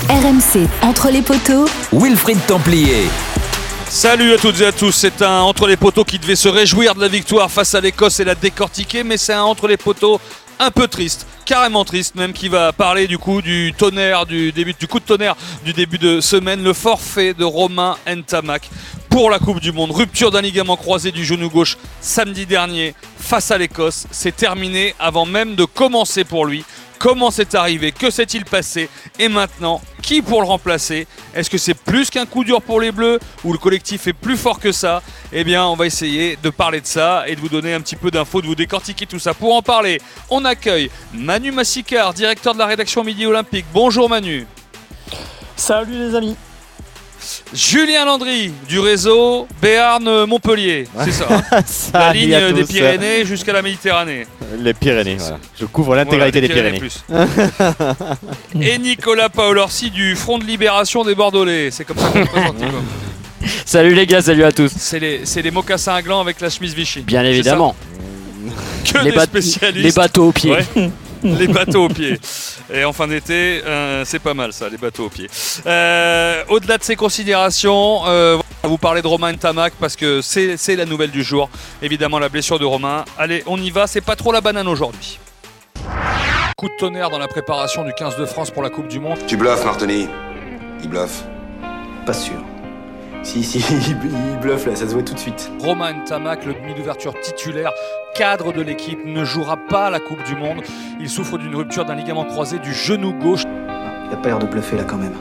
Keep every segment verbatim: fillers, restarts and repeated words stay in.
R M C, entre les poteaux, Wilfried Templier. Salut à toutes et à tous, c'est un entre les poteaux qui devait se réjouir de la victoire face à l'Écosse et la décortiquer, mais c'est un entre les poteaux un peu triste, carrément triste même, qui va parler du coup du tonnerre, du début, du coup de tonnerre du début de semaine, le forfait de Romain Ntamak pour la Coupe du Monde. Rupture d'un ligament croisé du genou gauche samedi dernier face à l'Écosse, c'est terminé avant même de commencer pour lui. Comment c'est arrivé? Que s'est-il passé? Et maintenant, qui pour le remplacer? Est-ce que c'est plus qu'un coup dur pour les Bleus ou le collectif est plus fort que ça? Eh bien, on va essayer de parler de ça et de vous donner un petit peu d'infos, de vous décortiquer tout ça. Pour en parler, on accueille Manu Massicard, directeur de la rédaction Midi Olympique. Bonjour Manu. Salut les amis. Julien Landry du réseau Béarn-Montpellier, c'est ça, hein la ligne des Pyrénées jusqu'à la Méditerranée. Les Pyrénées, voilà. Je couvre l'intégralité voilà, des des Pyrénées. Pyrénées. Et Nicolas Paolorsi du Front de Libération des Bordelais, c'est comme ça qu'on le présente. Salut les gars, salut à tous. C'est les, c'est les mocassins à gland avec la chemise Vichy. Bien évidemment. Que les des ba- spécialistes. Les bateaux aux pieds. Ouais. Les bateaux aux pieds. Et en fin d'été, euh, c'est pas mal ça, les bateaux aux pieds. Euh, au-delà de ces considérations, euh, on va vous parler de Romain Ntamak parce que c'est, c'est la nouvelle du jour. Évidemment, la blessure de Romain. Allez, on y va, c'est pas trop la banane aujourd'hui. Coup de tonnerre dans la préparation du quinze de France pour la Coupe du Monde. Tu bluffes, Martoni. Il bluffe. Pas sûr. Si, si, il bluffe là, ça se voit tout de suite. Romain Ntamak, le demi d'ouverture titulaire, cadre de l'équipe, ne jouera pas la Coupe du Monde. Il souffre d'une rupture d'un ligament croisé du genou gauche. Il a pas l'air de bluffer là quand même.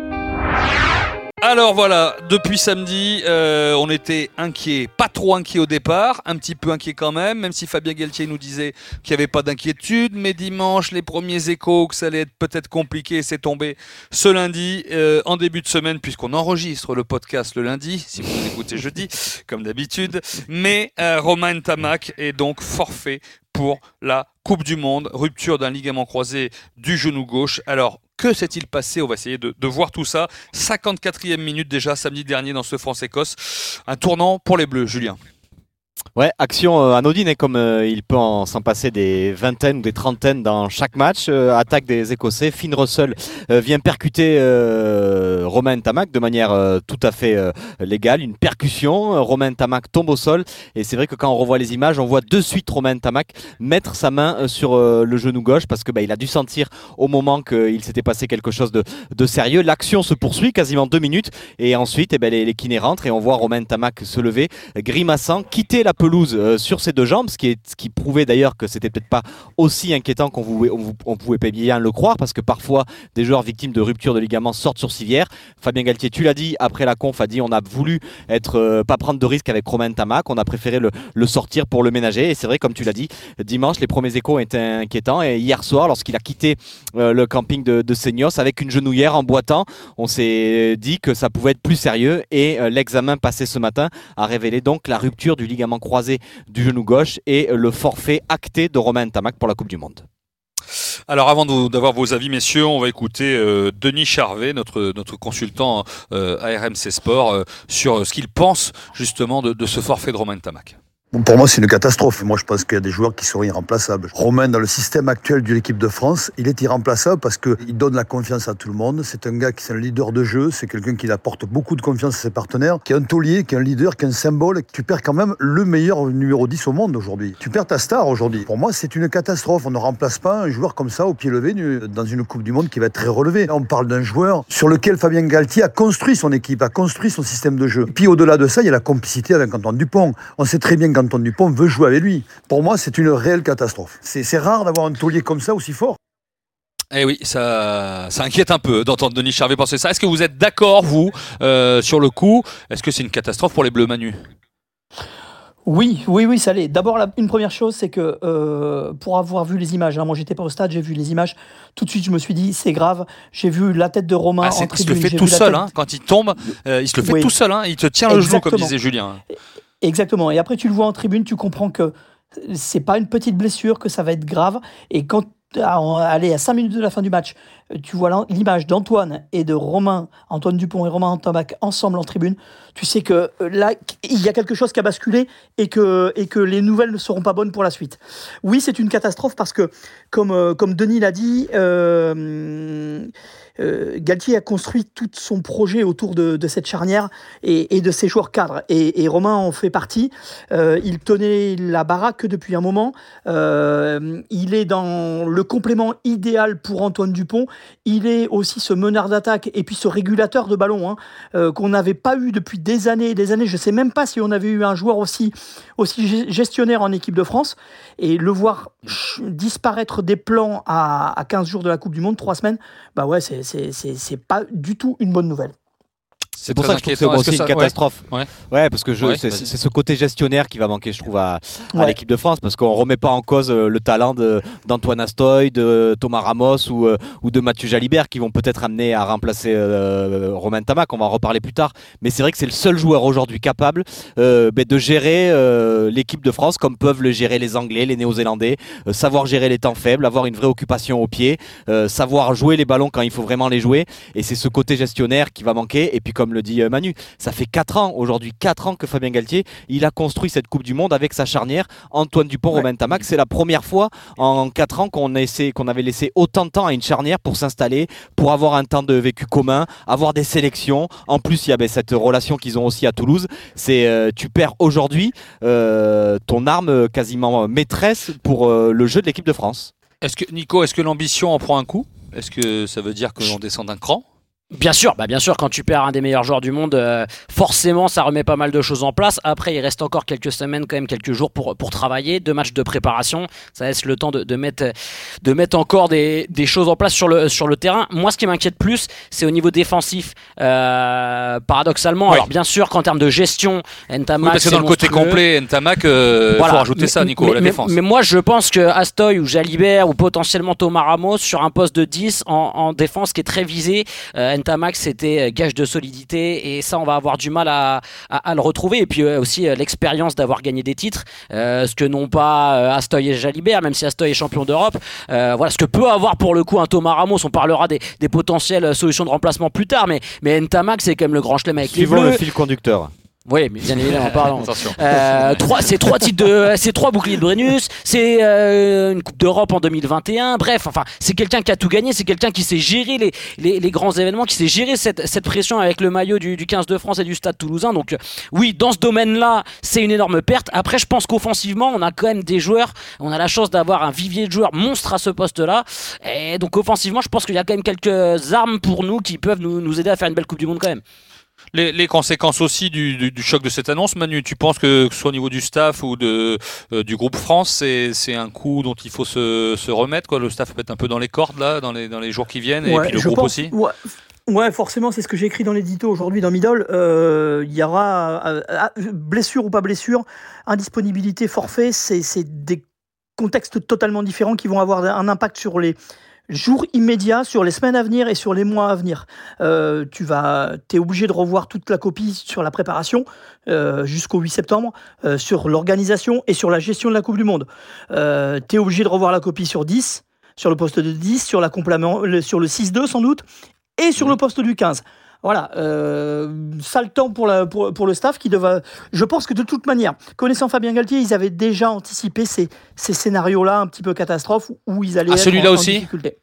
Alors voilà, depuis samedi, euh, on était inquiets, pas trop inquiets au départ, un petit peu inquiets quand même, même si Fabien Galtier nous disait qu'il n'y avait pas d'inquiétude, mais dimanche, les premiers échos que ça allait être peut-être compliqué, c'est tombé ce lundi, euh, en début de semaine, puisqu'on enregistre le podcast le lundi, si vous écoutez jeudi, comme d'habitude, mais euh, Romain Ntamak est donc forfait pour la Coupe du Monde, rupture d'un ligament croisé du genou gauche. Alors, que s'est-il passé? On va essayer de, de voir tout ça. cinquante-quatrième minute déjà, samedi dernier dans ce France-Écosse. Un tournant pour les Bleus, Julien. Ouais, action euh, anodine, hein, comme euh, il peut en s'en passer des vingtaines ou des trentaines dans chaque match. Euh, attaque des Écossais, Finn Russell euh, vient percuter euh, Romain Ntamak de manière euh, tout à fait euh, légale, une percussion. Euh, Romain Ntamak tombe au sol et c'est vrai que quand on revoit les images, on voit de suite Romain Ntamak mettre sa main euh, sur euh, le genou gauche parce que bah, il a dû sentir au moment qu'il s'était passé quelque chose de, de sérieux. L'action se poursuit quasiment deux minutes et ensuite eh ben, les, les kinés rentrent et on voit Romain Ntamak se lever, grimaçant, quitter la pelouse euh, sur ses deux jambes, ce qui, est, ce qui prouvait d'ailleurs que c'était peut-être pas aussi inquiétant qu'on pouvait, on, on pouvait pas bien le croire, parce que parfois des joueurs victimes de rupture de ligaments sortent sur civière. Fabien Galtier, tu l'as dit, après la conf, a dit on a voulu être, euh, pas prendre de risque avec Romain Ntamak, on a préféré le, le sortir pour le ménager, et c'est vrai, comme tu l'as dit, dimanche, les premiers échos étaient inquiétants, et hier soir, lorsqu'il a quitté euh, le camping de, de Seignos avec une genouillère en boitant, on s'est dit que ça pouvait être plus sérieux, et euh, l'examen passé ce matin a révélé donc la rupture du ligament croisé du genou gauche et le forfait acté de Romain Ntamak pour la Coupe du Monde. Alors avant de, d'avoir vos avis, messieurs, on va écouter euh, Denis Charvet, notre, notre consultant euh, à R M C Sport, euh, sur ce qu'il pense justement de, de ce forfait de Romain Ntamak. Pour moi, c'est une catastrophe. Moi, je pense qu'il y a des joueurs qui seront irremplaçables. Romain, dans le système actuel de l'équipe de France, il est irremplaçable parce qu'il donne la confiance à tout le monde. C'est un gars qui est un leader de jeu. C'est quelqu'un qui apporte beaucoup de confiance à ses partenaires, qui est un taulier, qui est un leader, qui est un symbole. Tu perds quand même le meilleur numéro dix au monde aujourd'hui. Tu perds ta star aujourd'hui. Pour moi, c'est une catastrophe. On ne remplace pas un joueur comme ça au pied levé dans une Coupe du Monde qui va être très relevée. On parle d'un joueur sur lequel Fabien Galtier a construit son équipe, a construit son système de jeu. Puis au-delà de ça, il y a la complicité avec Antoine Dupont. On sait très bien qu'Antoine Dupont veut jouer avec lui. Pour moi, c'est une réelle catastrophe. C'est, c'est rare d'avoir un taulier comme ça aussi fort. Eh oui, ça, ça inquiète un peu d'entendre Denis Charvet penser ça. Est-ce que vous êtes d'accord, vous, euh, sur le coup? Est-ce que c'est une catastrophe pour les Bleus, Manu? Oui, oui, oui, ça l'est. D'abord, la, une première chose, c'est que euh, pour avoir vu les images, hein, moi j'étais pas au stade, j'ai vu les images, tout de suite je me suis dit c'est grave. J'ai vu la tête de Romain ah, en tribune. Il se le fait j'ai tout seul, tête... hein, quand il tombe, euh, il se le fait oui. tout seul, hein, il te tient le Exactement. genou, comme disait Julien. Exactement, et après tu le vois en tribune, tu comprends que c'est pas une petite blessure, que ça va être grave, et quand allez, à cinq minutes de la fin du match, tu vois l'image d'Antoine et de Romain, Antoine Dupont et Romain Ntamak ensemble en tribune, tu sais que là, il y a quelque chose qui a basculé et que, et que les nouvelles ne seront pas bonnes pour la suite. Oui, c'est une catastrophe parce que, comme, euh, comme Denis l'a dit, euh, euh, Galtier a construit tout son projet autour de, de cette charnière et, et de ses joueurs cadres. Et, et Romain en fait partie. Euh, il tenait la baraque depuis un moment. Euh, il est dans le complément idéal pour Antoine Dupont. Il est aussi ce meneur d'attaque et puis ce régulateur de ballon hein, euh, qu'on n'avait pas eu depuis des années et des années. Je ne sais même pas si on avait eu un joueur aussi, aussi gestionnaire en équipe de France. Et le voir disparaître des plans à, à quinze jours de la Coupe du Monde, trois semaines, bah ouais, c'est, c'est, c'est, c'est pas du tout une bonne nouvelle. C'est pour ça que je trouve que c'est aussi que ça... une catastrophe. Ouais, ouais. ouais parce que je, ouais, c'est, c'est ce côté gestionnaire qui va manquer, je trouve, à, à ouais. l'équipe de France, parce qu'on remet pas en cause le talent de, d'Antoine Astoy, de Thomas Ramos ou, ou de Mathieu Jalibert, qui vont peut-être amener à remplacer euh, Romain Ntamak. On va en reparler plus tard. Mais c'est vrai que c'est le seul joueur aujourd'hui capable euh, de gérer euh, l'équipe de France comme peuvent le gérer les Anglais, les Néo-Zélandais, euh, savoir gérer les temps faibles, avoir une vraie occupation au pied, euh, savoir jouer les ballons quand il faut vraiment les jouer. Et c'est ce côté gestionnaire qui va manquer. Et puis comme le dit Manu, ça fait quatre ans aujourd'hui, quatre ans que Fabien Galtier il a construit cette Coupe du Monde avec sa charnière Antoine Dupont, ouais. Romain Ntamak. C'est la première fois en quatre ans qu'on, essaie, qu'on avait laissé autant de temps à une charnière pour s'installer, pour avoir un temps de vécu commun, avoir des sélections. En plus il y a ben, cette relation qu'ils ont aussi à Toulouse. C'est euh, tu perds aujourd'hui euh, ton arme quasiment maîtresse pour euh, le jeu de l'équipe de France. Est-ce que Nico, est-ce que l'ambition en prend un coup ? Est-ce que ça veut dire que l'on descend d'un cran ? Bien sûr, bah bien sûr, quand tu perds un des meilleurs joueurs du monde, euh, forcément, ça remet pas mal de choses en place. Après, il reste encore quelques semaines, quand même quelques jours pour pour travailler, deux matchs de préparation. Ça laisse le temps de, de mettre de mettre encore des des choses en place sur le sur le terrain. Moi, ce qui m'inquiète plus, c'est au niveau défensif. Euh, paradoxalement, oui. Alors bien sûr qu'en termes de gestion, Ntamak, oui, parce que dans le côté complet, Ntamak, euh, voilà. faut rajouter mais, ça, Nico, mais, la mais, défense. Mais moi, je pense que Astoy ou Jalibert ou potentiellement Thomas Ramos sur un poste de dix en, en défense qui est très visé. Euh, Ntamak, c'était gage de solidité et ça on va avoir du mal à, à, à le retrouver et puis euh, aussi euh, l'expérience d'avoir gagné des titres euh, ce que n'ont pas euh, Astoy et Jalibert, même si Astoy est champion d'Europe, euh, voilà ce que peut avoir pour le coup un Thomas Ramos. On parlera des, des potentielles solutions de remplacement plus tard, mais, mais Ntamak c'est quand même le grand chelem avec Suivant les Bleus. Le fil conducteur. Oui, mais bien évidemment, pardon. Euh, trois, c'est trois titres de, c'est trois boucliers de Brennus, c'est euh, une Coupe d'Europe en deux mille vingt et un. Bref, enfin, c'est quelqu'un qui a tout gagné, c'est quelqu'un qui sait gérer les, les, les grands événements, qui sait gérer cette, cette pression avec le maillot du, du quinze de France et du Stade Toulousain. Donc, euh, oui, dans ce domaine-là, c'est une énorme perte. Après, je pense qu'offensivement, on a quand même des joueurs, on a la chance d'avoir un vivier de joueurs monstre à ce poste-là. Et donc, offensivement, je pense qu'il y a quand même quelques armes pour nous qui peuvent nous, nous aider à faire une belle Coupe du Monde quand même. Les, les conséquences aussi du, du, du choc de cette annonce, Manu, tu penses que, que ce soit au niveau du staff ou de, euh, du groupe France, c'est, c'est un coup dont il faut se, se remettre, quoi. Le staff peut être un peu dans les cordes là, dans les, dans les jours qui viennent, ouais, et puis le je groupe pense, aussi. Ouais. Ouais, forcément, c'est ce que j'ai écrit dans l'édito aujourd'hui dans Midol. Euh, il y aura euh, blessure ou pas blessure, indisponibilité, forfait, c'est, c'est des contextes totalement différents qui vont avoir un impact sur les jours immédiats, sur les semaines à venir et sur les mois à venir. Euh, tu vas, t'es obligé de revoir toute la copie sur la préparation euh, jusqu'au huit septembre, euh, sur l'organisation et sur la gestion de la Coupe du Monde. Euh, t'es obligé de revoir la copie sur dix, sur le poste de dix, sur, la complément, le, sur le six deux sans doute, et sur le poste du quinze. Voilà, euh, sale temps pour, la, pour, pour le staff qui devait... Je pense que de toute manière, connaissant Fabien Galtier, ils avaient déjà anticipé ces, ces scénarios-là un petit peu catastrophes où ils allaient ah, être celui-là en, en aussi difficulté.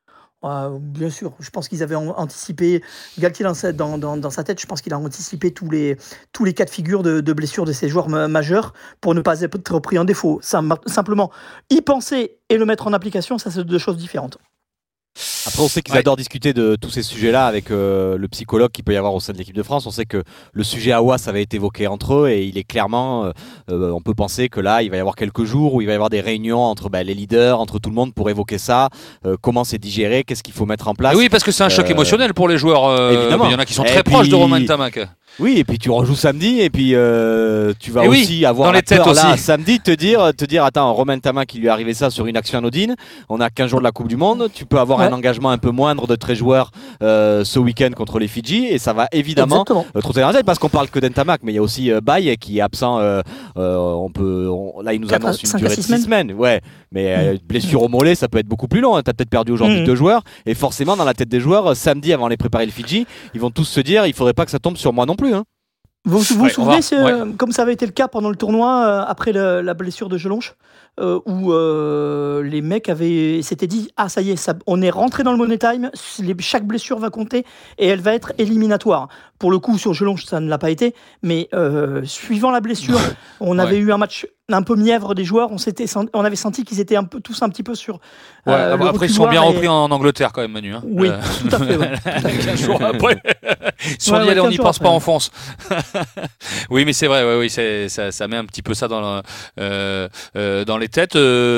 Euh, bien sûr, je pense qu'ils avaient anticipé, Galtier dans sa, dans, dans, dans sa tête, je pense qu'il a anticipé tous les, tous les cas de figure de, de blessures de ces joueurs ma- majeurs pour ne pas être pris en défaut. Ça, simplement, y penser et le mettre en application, ça c'est deux choses différentes. Après, on sait qu'ils ouais. adorent discuter de tous ces sujets-là avec euh, le psychologue qu'il peut y avoir au sein de l'équipe de France. On sait que le sujet Aouas avait été évoqué entre eux et il est clairement, euh, euh, on peut penser que là, il va y avoir quelques jours où il va y avoir des réunions entre bah, les leaders, entre tout le monde pour évoquer ça, euh, comment c'est digéré, qu'est-ce qu'il faut mettre en place. Et oui, parce que c'est un choc euh, émotionnel pour les joueurs. Euh, évidemment. Il y en a qui sont et très puis, proches de Romain Ntamak. Oui, et puis tu rejoues samedi et puis euh, tu vas et aussi oui, avoir dans la les têtes peur aussi. là samedi de te dire, te dire attends, Romain Ntamak qui lui est arrivé ça sur une action anodine, on a quinze jours de la Coupe du Monde, tu peux avoir ouais. un engagement engagement un peu moindre de treize joueurs euh, ce week-end contre les Fidji, et ça va évidemment euh, trotter dans la tête, parce qu'on parle que d'Ntamak, mais il y a aussi euh, Baye qui est absent. Euh, euh, on peut, on, là, il nous annonce une durée de six semaines. Ouais, mais euh, mmh. blessure au mollet, ça peut être beaucoup plus long. Hein. Tu as peut-être perdu aujourd'hui mmh. deux joueurs, et forcément, dans la tête des joueurs, samedi avant les préparer le Fidji, ils vont tous se dire il faudrait pas que ça tombe sur moi non plus. Hein. Vous vous, vous ouais, souvenez, va, ouais. euh, comme ça avait été le cas pendant le tournoi, euh, après le, la blessure de Jelonche, euh, où euh, les mecs avaient s'étaient dit ah ça y est, ça, on est rentré dans le money time, les, chaque blessure va compter et elle va être éliminatoire. Pour le coup, sur Jelonche, ça ne l'a pas été, mais euh, suivant la blessure, on ouais. avait eu un match un peu mièvre des joueurs, on, s'était, on avait senti qu'ils étaient un peu, tous un petit peu sur ouais, euh, après, après ils sont bien et... repris en Angleterre quand même, Manu. Hein. Oui, euh... tout à fait. Ouais. quinze jours après, ils sont ouais, dit ouais, allez, on n'y pense après. Pas en France. Oui, mais c'est vrai, ouais, oui, c'est, ça, ça met un petit peu ça dans, le, euh, euh, dans les têtes.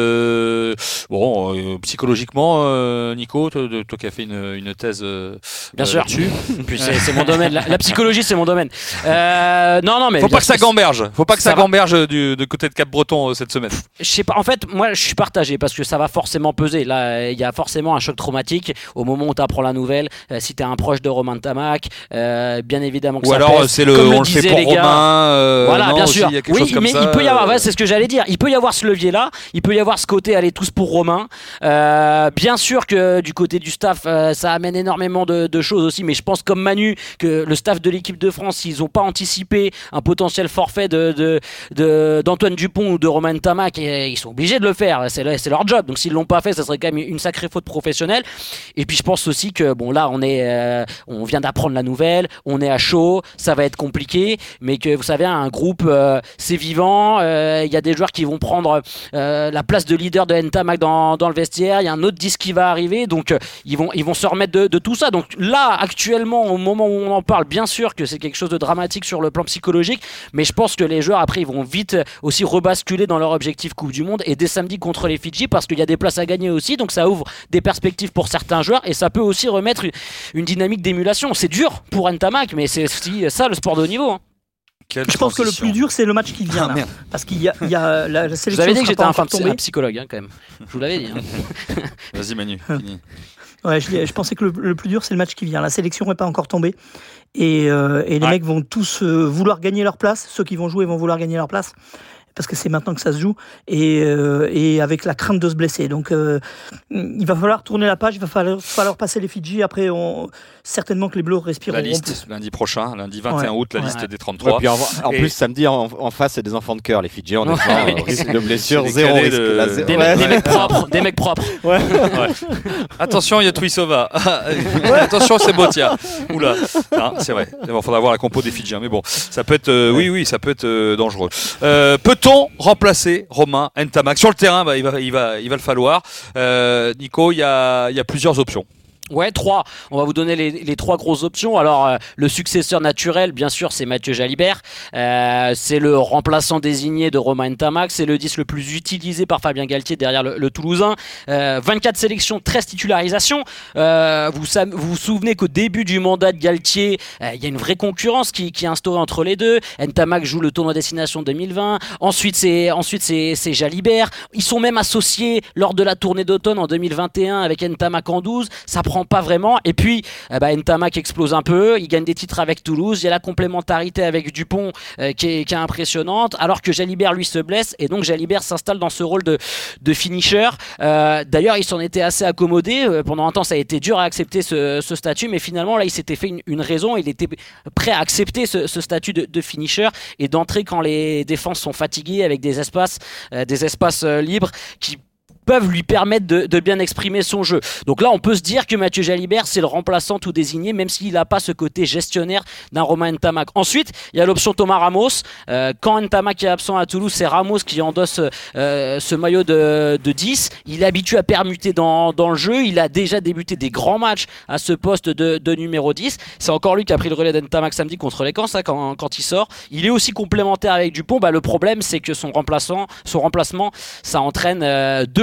Euh, bon, euh, psychologiquement, euh, Nico, toi, toi qui as fait une, une thèse euh, bien sûr. Là-dessus. Puis c'est, c'est mon domaine. La, la psychologie, c'est mon domaine. Euh, non, non, mais faut pas que ça gamberge. Faut pas que ça, ça gamberge du, du côté de Cap-Breton euh, cette semaine. Je sais pas. En fait, moi, je suis partagé parce que ça va forcément peser. Là, il y a forcément un choc traumatique au moment où tu apprends la nouvelle. Euh, si tu es un proche de Romain Ntamak, euh, bien évidemment que ou ça alors pèse. c'est le, Comme on le, le fait pour Romain. Euh, voilà, non, bien aussi, sûr. y a quelque oui, chose comme mais ça, il peut y avoir. euh... Ouais, c'est ce que j'allais dire. Il peut y avoir ce levier-là. Il peut y avoir ce côté aller tous pour Romain. Euh, bien sûr que du côté du staff, euh, ça amène énormément de, de choses aussi. Mais je pense comme Manu que le staff de l'équipe de France, ils n'ont pas anticipé un potentiel forfait de, de, de, d'Antoine Dupont ou de Romain Ntamak, et ils sont obligés de le faire, c'est, c'est leur job, donc s'ils l'ont pas fait, ça serait quand même une sacrée faute professionnelle. Et puis je pense aussi que bon là on est euh, on vient d'apprendre la nouvelle, on est à chaud, ça va être compliqué, mais que vous savez un groupe euh, c'est vivant, il euh, y a des joueurs qui vont prendre euh, la place de leader de Ntamak dans, dans le vestiaire, il y a un autre disque qui va arriver, donc euh, ils vont ils vont se remettre de, de tout ça. Donc là actuellement au moment où on en parle, bien sûr que c'est quelque chose de dramatique sur le plan psychologique, mais je pense que les joueurs après ils vont vite aussi rebasculer dans leur objectif Coupe du Monde et dès samedi contre les Fidji, parce qu'il y a des places à gagner aussi, donc ça ouvre des perspectives pour certains joueurs et ça peut aussi remettre une dynamique d'émulation. C'est dur pour Ntamak, mais c'est aussi ça le sport de haut niveau. Hein. Quelle je pense que le plus dur c'est le match qui vient ah, là, parce qu'il y a, il y a la, la sélection. Vous avez dit que j'étais un, fan, un psychologue hein, quand même. Je vous l'avais dit. Hein. Vas-y Manu. Ouais, je, je pensais que le, le plus dur c'est le match qui vient. La sélection n'est pas encore tombée et, euh, et les ouais. mecs vont tous euh, vouloir gagner leur place. Ceux qui vont jouer vont vouloir gagner leur place. Parce que c'est maintenant que ça se joue, et, euh, et avec la crainte de se blesser. Donc euh, il va falloir tourner la page, il va falloir, falloir passer les Fidji. Après, on, certainement que les Bleus respireront. La liste, plus. Lundi prochain, lundi vingt et un ouais. août, la ouais. liste ouais. des trente-trois. Ouais, puis en, en et... plus, samedi, en, en face, c'est des enfants de cœur, les Fidji. On est ouais. risque de blessure, zéro risque. De... La zéro. Des, ouais. des mecs propres. Des mecs propres. Ouais. Ouais. Attention, il y a Tuisova. Attention, c'est Botia. Oula. Hein, c'est vrai. Il faudra voir la compo des Fidjiens. Mais bon, ça peut être, euh, ouais. oui, oui, ça peut être euh, dangereux. Euh, peut-on remplacer Romain Ntamak sur le terrain? Bah, il va, il va, il va le falloir. Euh, Nico, il y a, il y a plusieurs options. Ouais, trois. On va vous donner les, les trois grosses options. Alors, euh, le successeur naturel, bien sûr, c'est Mathieu Jalibert. Euh, c'est le remplaçant désigné de Romain Ntamak. C'est le dix le plus utilisé par Fabien Galtier derrière le, le Toulousain. Euh, vingt-quatre sélections, treize titularisations. Euh, vous, vous vous souvenez qu'au début du mandat de Galtier, il euh, y a une vraie concurrence qui, qui est instaurée entre les deux. Ntamak joue le tournoi Destination deux mille vingt. Ensuite, c'est, ensuite c'est, c'est Jalibert. Ils sont même associés lors de la tournée d'automne en deux mille vingt et un avec Ntamak en douze. Ça prend pas vraiment, et puis euh, bah, Ntamak explose un peu, il gagne des titres avec Toulouse, il y a la complémentarité avec Dupont euh, qui, est, qui est impressionnante, alors que Jalibert lui se blesse, et donc Jalibert s'installe dans ce rôle de, de finisher. Euh, d'ailleurs il s'en était assez accommodé, euh, pendant un temps ça a été dur à accepter ce, ce statut, mais finalement là il s'était fait une, une raison, il était prêt à accepter ce, ce statut de, de finisher et d'entrer quand les défenses sont fatiguées avec des espaces, euh, des espaces euh, libres qui peuvent lui permettre de, de bien exprimer son jeu. Donc là, on peut se dire que Mathieu Jalibert, c'est le remplaçant tout désigné, même s'il n'a pas ce côté gestionnaire d'un Romain Ntamak. Ensuite, il y a l'option Thomas Ramos. Euh, quand Ntamak est absent à Toulouse, c'est Ramos qui endosse euh, ce maillot de, de dix. Il est habitué à permuter dans, dans le jeu. Il a déjà débuté des grands matchs à ce poste de, de numéro dix. C'est encore lui qui a pris le relais d'Ntamak samedi contre les Caen, ça, quand, quand il sort. Il est aussi complémentaire avec Dupont. Bah, le problème, c'est que son remplaçant, son remplacement, ça entraîne euh, deux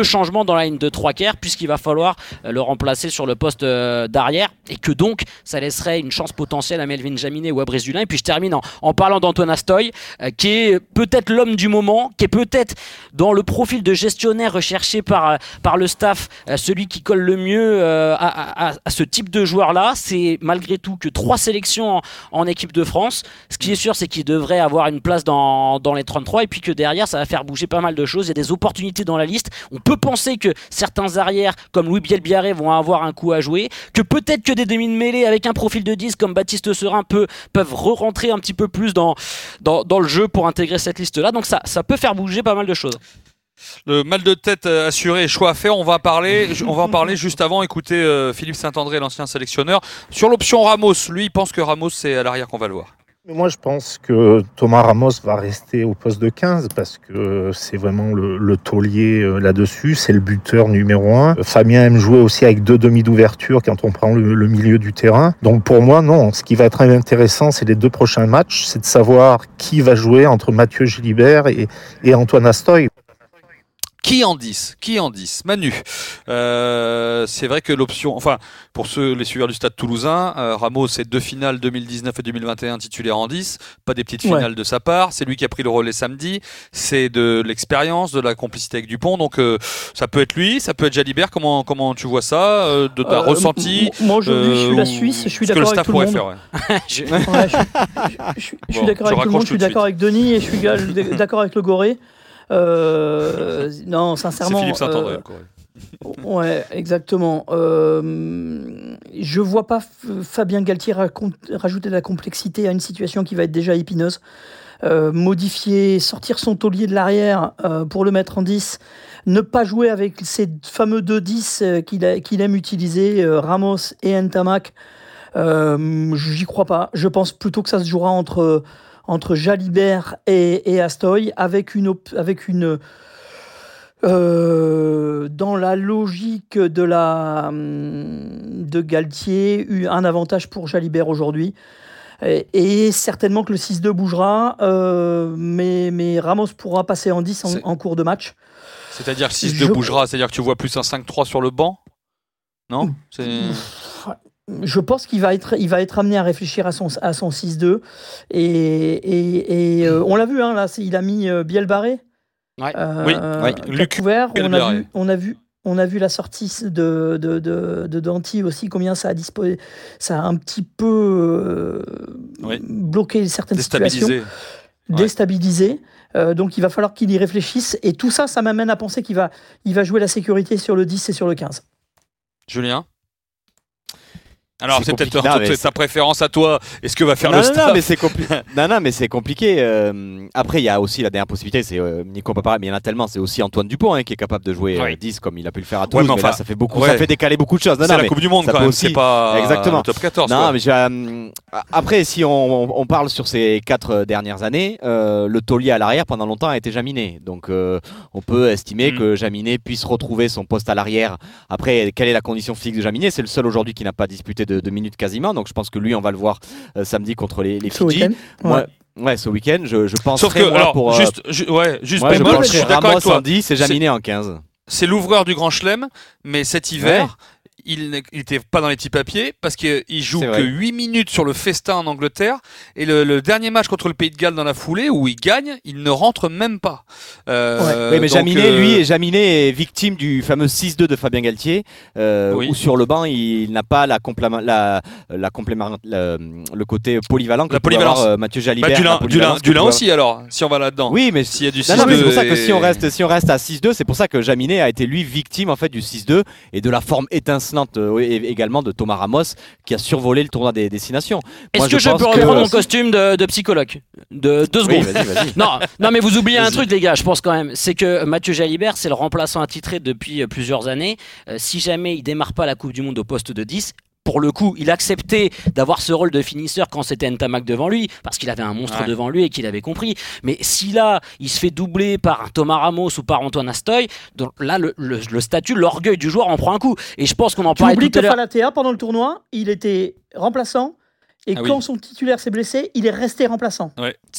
changement dans la ligne de trois quarts puisqu'il va falloir euh, le remplacer sur le poste euh, d'arrière et que donc ça laisserait une chance potentielle à Melvin Jaminet ou à Brice Dulin. Et puis je termine en, en parlant d'Antoine Astoy euh, qui est peut-être l'homme du moment, qui est peut-être dans le profil de gestionnaire recherché par, par le staff, euh, celui qui colle le mieux euh, à, à, à ce type de joueur-là. C'est malgré tout que trois sélections en, en équipe de France. Ce qui est sûr, c'est qu'il devrait avoir une place dans, dans les trente-trois et puis que derrière, ça va faire bouger pas mal de choses. Il y a des opportunités dans la liste. On peut penser que certains arrières comme Louis Bielbiarré vont avoir un coup à jouer, que peut-être que des demi de mêlée avec un profil de dix comme Baptiste Serin peut, peuvent re-rentrer un petit peu plus dans, dans, dans le jeu pour intégrer cette liste-là. Donc ça, ça peut faire bouger pas mal de choses. Le mal de tête assuré et choix à faire, on va, parler, on va en parler juste avant. Écoutez euh, Philippe Saint-André, l'ancien sélectionneur. Sur l'option Ramos, lui, il pense que Ramos, c'est à l'arrière qu'on va le voir. Moi, je pense que Thomas Ramos va rester au poste de quinze parce que c'est vraiment le, le taulier là-dessus. C'est le buteur numéro un. Fabien aime jouer aussi avec deux demi d'ouverture quand on prend le, le milieu du terrain. Donc pour moi, non. Ce qui va être intéressant, c'est les deux prochains matchs. C'est de savoir qui va jouer entre Mathieu Gilibert et, et Antoine Astoy. Qui en dix? Qui en dix? Manu. Euh, c'est vrai que l'option, enfin, pour ceux, les suiveurs du Stade Toulousain, euh, Ramos, c'est deux finales deux mille dix-neuf et deux mille vingt et un titulaire en dix, pas des petites finales ouais. de sa part. C'est lui qui a pris le relais samedi. C'est de l'expérience, de la complicité avec Dupont. Donc, euh, ça peut être lui, ça peut être Jalibert. Comment, comment tu vois ça euh, de ta euh, ressenti? Moi, aujourd'hui, euh, je suis la Suisse. Je suis d'accord avec tout le monde. Faire, ouais. je, ouais, je, je, je, je suis bon, d'accord avec tout le monde. Je suis d'accord avec Denis et je suis d'accord avec le Goré. Euh, non, sincèrement. C'est Philippe Saint-André. Euh, ouais, exactement. Euh, je vois pas Fabien Galtier racont- rajouter de la complexité à une situation qui va être déjà épineuse. Euh, modifier, sortir son taulier de l'arrière euh, pour le mettre en dix, ne pas jouer avec ces fameux deux dix euh, qu'il, a, qu'il aime utiliser, euh, Ramos et Ntamak. Euh, j'y crois pas. Je pense plutôt que ça se jouera entre. entre Jalibert et, et Astoy, avec une, avec une euh, dans la logique de, la, de Galtier, un avantage pour Jalibert aujourd'hui. Et, et certainement que le six deux bougera, euh, mais, mais Ramos pourra passer en dix en, en cours de match. C'est-à-dire que six deux Je... bougera, c'est-à-dire que tu vois plus un cinq trois sur le banc? Non c'est... Je pense qu'il va être, il va être amené à réfléchir à son, à son six deux. Et, et, et euh, on l'a vu, hein, là, il a mis euh, Bielbarré. Ouais. Euh, oui, oui. Luc couvert. On a, vu, on, a vu, on a vu la sortie de, de, de, de Danty aussi, combien ça a, dispo- ça a un petit peu euh, oui. bloqué certaines situations. Ouais. Déstabilisé. Euh, donc il va falloir qu'il y réfléchisse. Et tout ça, ça m'amène à penser qu'il va, il va jouer la sécurité sur le dix et sur le quinze. Julien? Alors, c'est, c'est peut-être non, ta c'est... préférence à toi. Est-ce que va faire non, le non, staff? Non, mais c'est, compli... non, non, mais c'est compliqué. Euh... Après, il y a aussi la dernière possibilité. C'est euh, Nico Papara, mais il y en a tellement. C'est aussi Antoine Dupont hein, qui est capable de jouer oui. euh, dix comme il a pu le faire à Toulouse. Ouais, mais, mais enfin, enfin, ça fait beaucoup. Ouais. Ça fait décaler beaucoup de choses. Non, c'est non, la mais Coupe du Monde quand même. Aussi... C'est pas exactement le top quatorze. Non, quoi. mais euh... après, si on, on parle sur ces quatre dernières années, euh, le taulier à l'arrière pendant longtemps a été Jaminet. Donc, euh, on peut estimer mm. que Jaminet puisse retrouver son poste à l'arrière. Après, quelle est la condition physique de Jaminet? C'est le seul aujourd'hui qui n'a pas disputé de, de minutes quasiment. Donc, je pense que lui, on va le voir euh, samedi contre les, les Fidji. Ouais. Ouais, ce week-end, je, je pense. Sauf que, moi, alors, pour, juste, ju- ouais, juste ouais, bémol, je, je suis d'accord Ramos avec toi. en dix, c'est Jaminet en quinze. C'est l'ouvreur du Grand Chelem, mais cet hiver, ouais. il n'était pas dans les petits papiers parce qu'il joue que huit minutes sur le festin en Angleterre. Et le, le dernier match contre le Pays de Galles dans la foulée, où il gagne, il ne rentre même pas. Euh, ouais. Oui, mais donc, Jaminet, euh... lui, Jaminet est victime du fameux six deux de Fabien Galtier, euh, oui. où sur le banc, il n'a pas la complément, la, la complément, la, le côté polyvalent que la polyvalence. Avoir, euh, Mathieu Jalibert. Bah, du lin, du lin aussi, alors, si on va là-dedans. Oui, mais s'il y a du six deux. C'est pour ça et... que si on, reste, si on reste à six deux, c'est pour ça que Jaminet a été, lui, victime en fait, du six deux et de la forme étincelante euh, également de Thomas Ramos qui a survolé le tournoi des destinations. Est-ce Moi, que je, je peux reprendre que... mon costume de, de psychologue de deux secondes? Oui, vas-y, vas-y. non, non, mais vous oubliez vas-y. un truc, les gars, je pense quand même. C'est que Mathieu Jalibert, c'est le remplaçant attitré depuis plusieurs années. Euh, si jamais il démarre pas la Coupe du Monde au poste de dix, pour le coup, il acceptait d'avoir ce rôle de finisseur quand c'était Ntamak devant lui, parce qu'il avait un monstre ouais. devant lui et qu'il avait compris. Mais si là, il se fait doubler par un Thomas Ramos ou par Antoine Astoy, donc là, le, le, le statut, l'orgueil du joueur en prend un coup. Et je pense qu'on en parlait tout à l'heure. Tu oublies que Falatea, pendant le tournoi, il était remplaçant. Et ah quand oui. son titulaire s'est blessé, il est resté remplaçant. Ouais.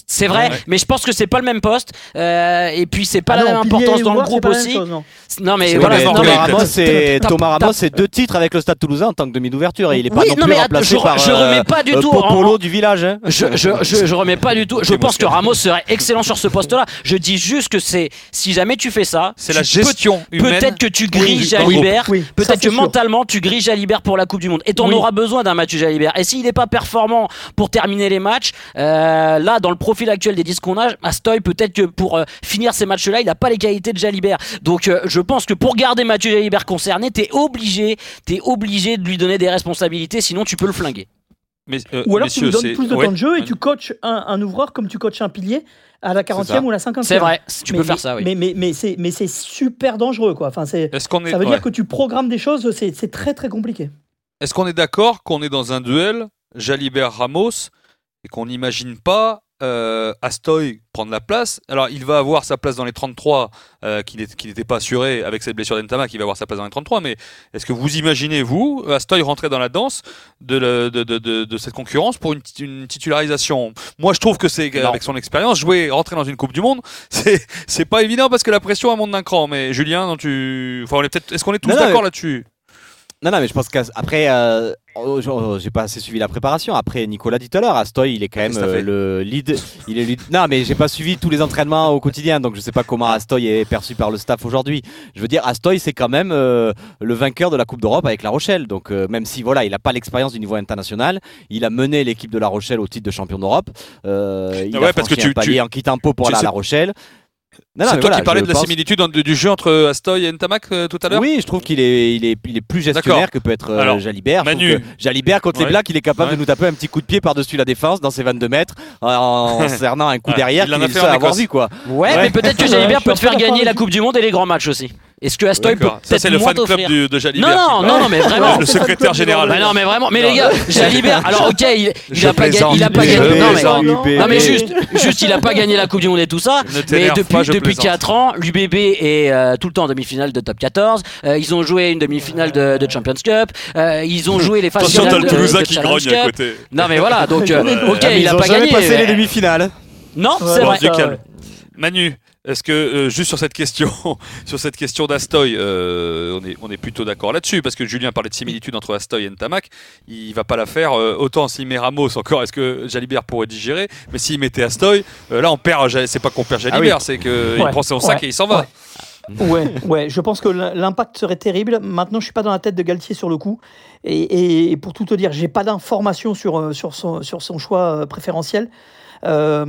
C'est vrai, Ouais. mais je pense que c'est pas le même poste. Euh, et puis c'est pas Ah la non, même pilier importance et dans le joueur, c'est groupe pas la même aussi. chose, non. Non mais C'est voilà. vrai, non, mais mais- Thomas Ramos, c'est t'as- Thomas t'as- Ramos, c'est deux titres avec le Stade Toulousain en tant que demi d'ouverture et il est pas Oui, non non, plus mais remplacé je- par je remets pas du euh, tout en- Popolo du village. Hein. Je, je, je, je remets pas du tout. Je pense que Ramos serait excellent sur ce poste-là. Je dis juste que c'est si jamais tu fais ça, C'est tu la peux- gestion humaine. Peut-être que tu grilles Oui, Jalibert. oui, ça, Peut-être c'est que sûr. mentalement tu grilles Jalibert pour la Coupe du Monde. Et t'en Oui. auras besoin d'un Mathieu Jalibert. Et s'il n'est pas performant pour terminer les matchs, euh, là dans le profil actuel des dix qu'on a, Astoy peut-être que pour euh, finir ces matchs-là, il n'a pas les qualités de Jalibert. Donc euh, je pense que pour garder Mathieu Jalibert concerné, t'es obligé, t'es obligé de lui donner des responsabilités, sinon tu peux le flinguer. Mais, euh, Ou alors messieurs, tu lui donnes c'est- plus de ouais. temps de jeu et tu coaches un, un ouvreur comme tu coaches un pilier à la quarantième ou la cinquantième. C'est vrai, tu mais, peux faire mais- ça, oui. Mais, mais, mais, c'est, mais c'est super dangereux, quoi. Enfin, c'est, Est-ce qu'on est, ça veut ouais. dire que tu programmes des choses, c'est, c'est très très compliqué. Est-ce qu'on est d'accord qu'on est dans un duel Jalibert-Ramos et qu'on n'imagine pas euh, Astoy prendre la place? Alors, il va avoir sa place dans les trente-trois euh, qui n'est- qui n'était pas assurée avec cette blessure d'Entamac, il va avoir sa place dans les trente-trois, mais est-ce que vous imaginez, vous, Astoy rentrer dans la danse de, le- de, de, de, de cette concurrence pour une, tit- une titularisation? Moi, je trouve que c'est, Non. avec son expérience, jouer, rentrer dans une Coupe du Monde, c'est, c'est pas évident parce que la pression, elle monte d'un cran. Mais Julien, non, tu... enfin, on est peut-être... est-ce qu'on est tous Non, non, d'accord mais- là-dessus? Non, non, mais je pense qu'après, euh, oh, oh, j'ai pas assez suivi la préparation. Après, Nicolas dit tout à l'heure, Astoy, il est quand même Qu'est-ce que t'as euh, fait le lead. Il est lead- Non, mais j'ai pas suivi tous les entraînements au quotidien, donc je sais pas comment Astoy est perçu par le staff aujourd'hui. Je veux dire, Astoy, c'est quand même euh, le vainqueur de la Coupe d'Europe avec La Rochelle. Donc, euh, même si voilà, il a pas l'expérience du niveau international, il a mené l'équipe de La Rochelle au titre de champion d'Europe. Euh, il Ah ouais, a parce que franchi tu- un palier tu- en quittant Pau pour tu aller à sais- La Rochelle. Non, non, C'est mais toi voilà, qui parlais je de la pense- similitude en- de- du jeu entre Astoy et Ntamak euh, tout à l'heure. Oui, je trouve qu'il est, il est, il est plus gestionnaire D'accord. que peut être euh, Alors, Jalibert. Je Manu. trouve que Jalibert, contre Ouais. les Blacks, il est capable Ouais. de nous taper un petit coup de pied par-dessus la défense dans ses vingt-deux mètres en, en cernant un coup Ouais, derrière il en qu'il a est le fait seul en à avoir Écosse. vu. Quoi. Ouais, Ouais. mais peut-être que Ouais, Jalibert je suis peut un te peu faire d'accord gagner avec la vous. Coupe du Monde et les grands matchs aussi. Est-ce que Astoy peut D'accord. Ça, peut-être c'est le moins fan club t'offrir du- de Jalibert. Non, qui non, parle. non, non, mais vraiment. Le secrétaire général. Bah non, mais vraiment. Mais Non, les gars, je- Jalibert. Alors ok, il, il Je a pas gagné. Il a plaisante. pas Je gagné. Non mais. plaisante. Non mais juste, juste, il a pas gagné la Coupe du Monde et tout ça. Ne Mais t'énerve depuis pas, je depuis plaisante. quatre ans, l'U B B est euh, tout le temps en demi-finale de Top quatorze. Euh, ils ont joué une demi-finale de, de Champions Cup. Euh, ils ont joué les phases Attention, t'as finales le de, Toulousain de qui Challenge grogne à Cup. côté. Non mais voilà, donc euh, ok, Ah, mais il a ont pas jamais gagné. passé mais- les demi-finales. Non, Ouais, c'est Bon, vrai. du ça, calme. ouais. Manu, est-ce que euh, juste sur cette question, sur cette question d'Astoy, euh, on est on est plutôt d'accord là-dessus parce que Julien parlait de similitude entre Astoy et Ntamak, il va pas la faire. euh, autant s'il met Ramos encore, est-ce que Jalibert pourrait digérer? Mais s'il mettait Astoy, euh, là on perd. Ja- C'est pas qu'on perd Jalibert, c'est que il Ouais. prend son sac Ouais. et il s'en va. Ouais, ouais, je pense que l'impact serait terrible. Maintenant, je suis pas dans la tête de Galtier sur le coup. Et, et pour tout te dire, j'ai pas d'informations sur, euh, sur, son, sur son choix euh, préférentiel. Euh,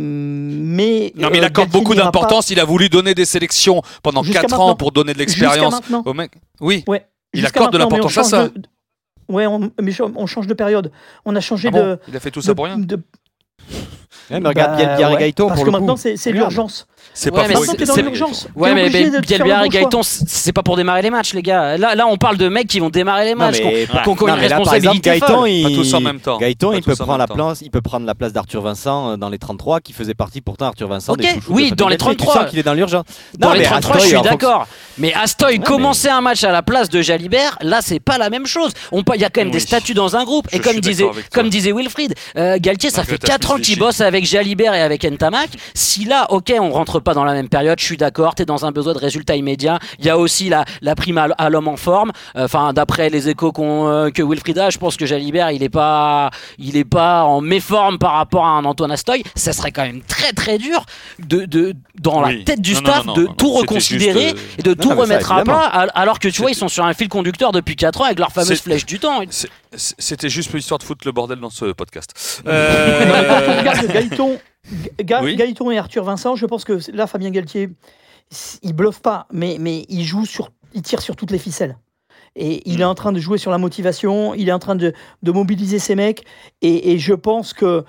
mais Non mais il euh, accorde Galtier beaucoup n'ira pas- d'importance. Il a voulu donner des sélections pendant Jusqu'à quatre maintenant. ans pour donner de Jusqu'à l'expérience maintenant. au mec. Oui. Ouais, Il jusqu'à accorde de maintenant, mais on l'importance à change ça. de- Ouais, on, mais on change de période. On a changé Ah bon de. il a fait tout de- ça pour rien. de- Ouais, mais regarde, Bah, Bielbiar ouais, et Gaëtan parce pour que le coup. maintenant, c'est c'est Regarde. l'urgence. C'est Ouais, pas mais faux. Maintenant, t'es dans c'est- l'urgence. Ouais, T'es mais obligé Biel- de te faire Bielbiar le et bon choix. Gaëtan, c'est pas pour démarrer les matchs, les gars. Là, là, on parle de mecs qui vont démarrer les Non, matchs, mais- qu'on qu'on- qu'on a non, une mais là, par exemple, responsabilité Gaëtan, folle. il... Pas tous en même temps. Gaëtan, Pas il peut, tous en prendre même la temps. place, il peut prendre la place d'Arthur Vincent euh, dans les trente-trois, qui faisait partie pourtant Arthur Vincent Ok, des chouchous oui, de dans les Fabien Galtier. trente-trois. Tu sens qu'il est dans l'urgence. Dans Non, les mais trente-trois, Astoy, je suis en fonction- d'accord. Mais Astoy, mais- commencer un match à la place de Jalibert, là, c'est pas la même chose. On peut- Il y a quand même Oui. des statuts dans un groupe. Je Et comme suis disait, d'accord avec toi. comme disait Wilfried, euh, Galtier, ça Malgré fait ta quatre ans qu'il Vichy. bosse avec Jalibert et avec Ntamak. Si là, ok, on rentre pas dans la même période, je suis d'accord, t'es dans un besoin de résultats immédiats. Il y a aussi la, la prime à, à l'homme en forme. Enfin, d'après les échos qu'on, euh, que Wilfried a, je pense que Jalibert, il est pas, il est pas en méforme par rapport à un Antoine Astoy. Ça serait quand même très très dur de, de dans Oui. la tête du Non, non, staff non, de non, tout non, c'était reconsidérer juste, euh, et de tout non, mais ça, remettre à évidemment. plat, al- alors que tu vois, ils sont sur un fil conducteur depuis quatre ans avec leur fameuse C'est- flèche du temps. C'est- c'est- C'était juste pour histoire de foutre le bordel dans ce podcast. Mais Euh, quand on regarde Gaëtan, Ga- Oui. Gaëtan et Arthur Vincent, je pense que là, Fabien Galtier, il bluffe pas, mais, mais il joue sur, il tire sur toutes les ficelles. Et il est en train de jouer sur la motivation, il est en train de, de mobiliser ses mecs. Et, et je pense que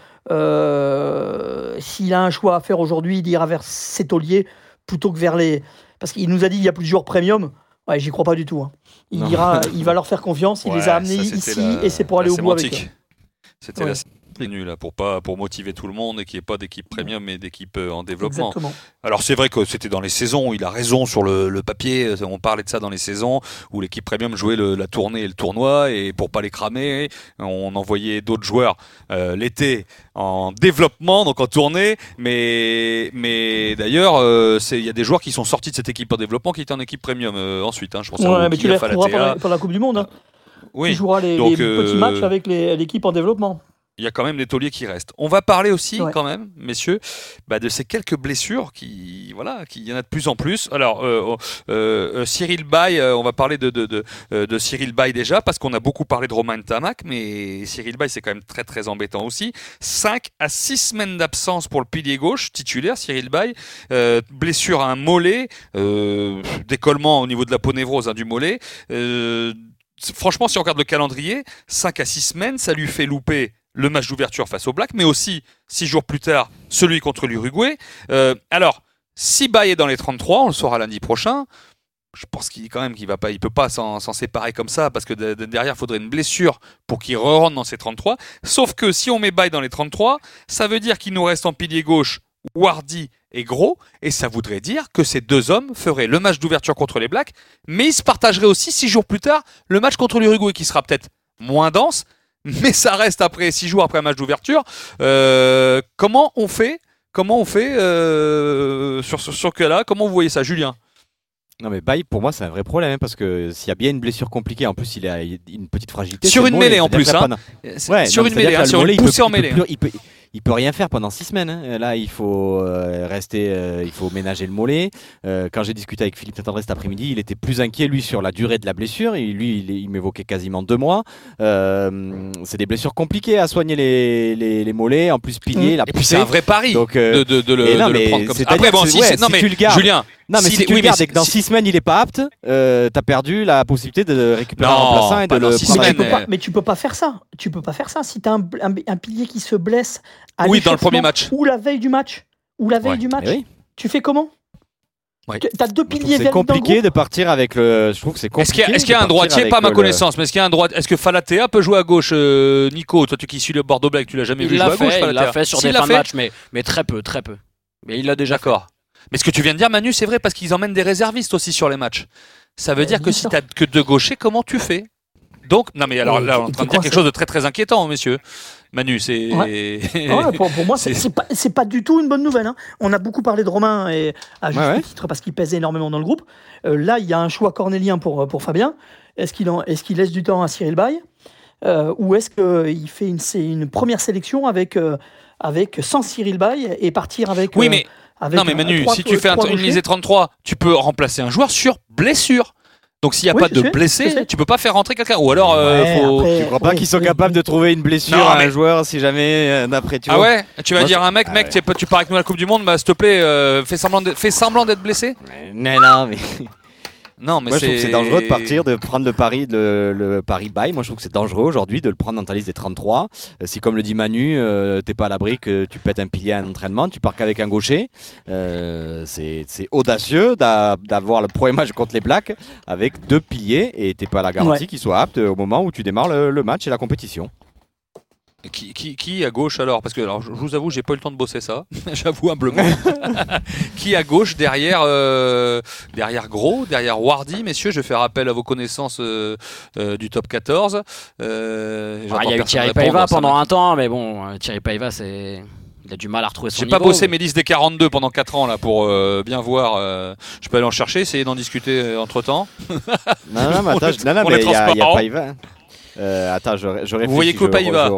euh, s'il a un choix à faire aujourd'hui, il ira vers ses tauliers plutôt que vers les. Parce qu'il nous a dit qu'il y a plusieurs premium. Ouais, j'y crois pas du tout. hein. Il, Non. ira, il va leur faire confiance, il les a ouais, amenés ça, c'était ici la- et c'est pour aller la au bout avec eux. sémantique. C'était Ouais. la- ligne là pour pas pour motiver tout le monde et qu'il n'y ait pas d'équipe premium mais d'équipe euh, en développement. Exactement. Alors c'est vrai que c'était dans les saisons, il a raison sur le, le papier, on parlait de ça dans les saisons où l'équipe premium jouait le, la tournée et le tournoi et pour pas les cramer, on envoyait d'autres joueurs euh, l'été en développement, donc en tournée, mais mais d'ailleurs euh, c'est il y a des joueurs qui sont sortis de cette équipe en développement qui étaient en équipe premium euh, ensuite. Hein, je pense ouais, à mais tu les retrouveras pendant, pendant la Coupe du Monde. Hein. Oui. Tu joueras les, donc, les euh, petits matchs avec les, l'équipe en développement. Il y a quand même des tauliers qui restent. On va parler aussi, ouais. quand même, messieurs, bah, de ces quelques blessures qui, voilà, qui y en a de plus en plus. Alors, euh, euh, Cyril Bay, euh, on va parler de, de, de, de, de Cyril Bay déjà, parce qu'on a beaucoup parlé de Romain Ntamak, mais Cyril Bay, c'est quand même très, très embêtant aussi. cinq à six semaines d'absence pour le pilier gauche, titulaire, Cyril Bay. Euh, blessure à un mollet, euh, décollement au niveau de la ponévrose hein, du mollet. Euh, franchement, si on regarde le calendrier, cinq à six semaines, ça lui fait louper le match d'ouverture face aux Blacks, mais aussi, six jours plus tard, celui contre l'Uruguay. Euh, alors, si Bay est dans les trente-trois, on le saura lundi prochain, je pense qu'il quand même qu'il va pas, il peut pas s'en, s'en séparer comme ça, parce que de, de, derrière, il faudrait une blessure pour qu'il re-rentre dans ses trente-trois. Sauf que si on met Bay dans les trente-trois, ça veut dire qu'il nous reste en pilier gauche Wardy et Gros, et ça voudrait dire que ces deux hommes feraient le match d'ouverture contre les Blacks, mais ils se partageraient aussi, six jours plus tard, le match contre l'Uruguay, qui sera peut-être moins dense, mais ça reste après six jours après un match d'ouverture. Euh, comment on fait Comment on fait euh, sur ce sur, cas-là Comment vous voyez ça, Julien? Non mais Bay, pour moi c'est un vrai problème hein, parce que s'il y a bien une blessure compliquée, en plus il a une petite fragilité sur une mêlée en plus hein. Pendant... Ouais, sur une mêlée, hein, sur une poussée en mêlée. Il peut, il peut rien faire pendant six semaines. Hein. Là il faut euh, rester, euh, il faut ménager le mollet. Euh, quand j'ai discuté avec Philippe Saint-André cet après-midi, il était plus inquiet lui sur la durée de la blessure. Et lui il, il m'évoquait quasiment deux mois. Euh, c'est des blessures compliquées à soigner les, les, les mollets, en plus pilier. Mmh. La et puis c'est un vrai pari donc, euh, de, de, de, le, non, de le prendre comme ça. Après bon si, ouais, c'est, non, si mais, tu le gardes, Julien. Non mais si, si tu oui, le gardes et que dans si... six semaines il est pas apte, euh, t'as perdu la possibilité de récupérer non, un remplaçant et de le six semaines. Mais, pas, mais tu peux pas faire ça. Tu peux pas faire ça si t'as un, un, un pilier qui se blesse à oui, dans le premier match ou la veille du match ou la veille ouais. du match. Oui. Tu fais comment? Ouais. T'as deux piliers. C'est compliqué de partir avec le. Je trouve que c'est compliqué. Est-ce qu'il y a, est-ce qu'il y a un droitier, pas à ma connaissance, mais est-ce qu'il y a un droit Est-ce que Falatea peut jouer à gauche, euh, Nico? Toi, tu qui suis le Bordeaux Black, tu l'as jamais il vu jouer à gauche? Il l'a fait sur des fins de match, mais mais très peu, très peu. Mais il l'a déjà fait. D'accord. Mais ce que tu viens de dire, Manu, c'est vrai parce qu'ils emmènent des réservistes aussi sur les matchs. Ça veut euh, dire que si tu n'as que deux gauchers, comment tu fais? Donc, non mais alors là, on est en train de dire quelque chose de très très inquiétant, messieurs. Manu, c'est. Ouais. ouais, pour, pour moi, c'est, c'est, pas, c'est pas du tout une bonne nouvelle. Hein. On a beaucoup parlé de Romain et à juste ouais, ouais. titre parce qu'il pèse énormément dans le groupe. Euh, là, il y a un choix cornélien pour, pour Fabien. Est-ce qu'il, en, est-ce qu'il laisse du temps à Cyril Bay euh, ou est-ce qu'il fait une, une première sélection avec, euh, avec sans Cyril Bay et partir avec. Oui, mais. Euh, avec non, mais Manu, trois, si tu fais un, une lisée trente-trois, tu peux remplacer un joueur sur blessure. Donc s'il n'y a oui, pas de sais, blessé, tu peux pas faire rentrer quelqu'un. Ou alors, euh, ouais, faut. Après, tu crois pas oui, qu'ils sont oui, capables oui. de trouver une blessure non, mais... à un joueur si jamais euh, d'après tu ah vois. Ah ouais. Tu vas Moi, dire à un mec, ah mec, ouais. tu pars avec nous à la Coupe du Monde, bah s'il te plaît, euh, fais semblant, de... fais semblant d'être blessé. Non, non, mais. Non, mais moi, c'est... je trouve que c'est dangereux de partir, de prendre le pari, le, le pari Bay. Moi, je trouve que c'est dangereux aujourd'hui de le prendre dans ta liste des trente-trois. Euh, si, comme le dit Manu, euh, t'es pas à l'abri que tu pètes un pilier à un entraînement, tu pars qu'avec un gaucher. Euh, c'est, c'est audacieux d'a, d'avoir le premier match contre les Blacks avec deux piliers et t'es pas à la garantie ouais. qu'ils soient aptes au moment où tu démarres le, le match et la compétition. Qui, qui, qui à gauche alors? Parce que alors, je vous avoue, j'ai pas eu le temps de bosser ça, j'avoue humblement. Qui à gauche derrière, euh, derrière Gros, derrière Wardy, messieurs, je fais rappel à vos connaissances euh, euh, du top quatorze. Euh, ah, il y a eu Thierry Paiva pendant un temps, mais bon, Thierry Paiva, c'est. Il a du mal à retrouver son J'ai niveau. J'ai pas bossé mais... mes listes des quarante-deux pendant quatre ans là pour euh, bien voir. Euh, je peux aller en chercher, essayer d'en discuter euh, entre temps. Non, non, mais attends, non, non, mais il y a, y a Paiva. Euh, attends, je, je réfléchis. Vous voyez que Paiva?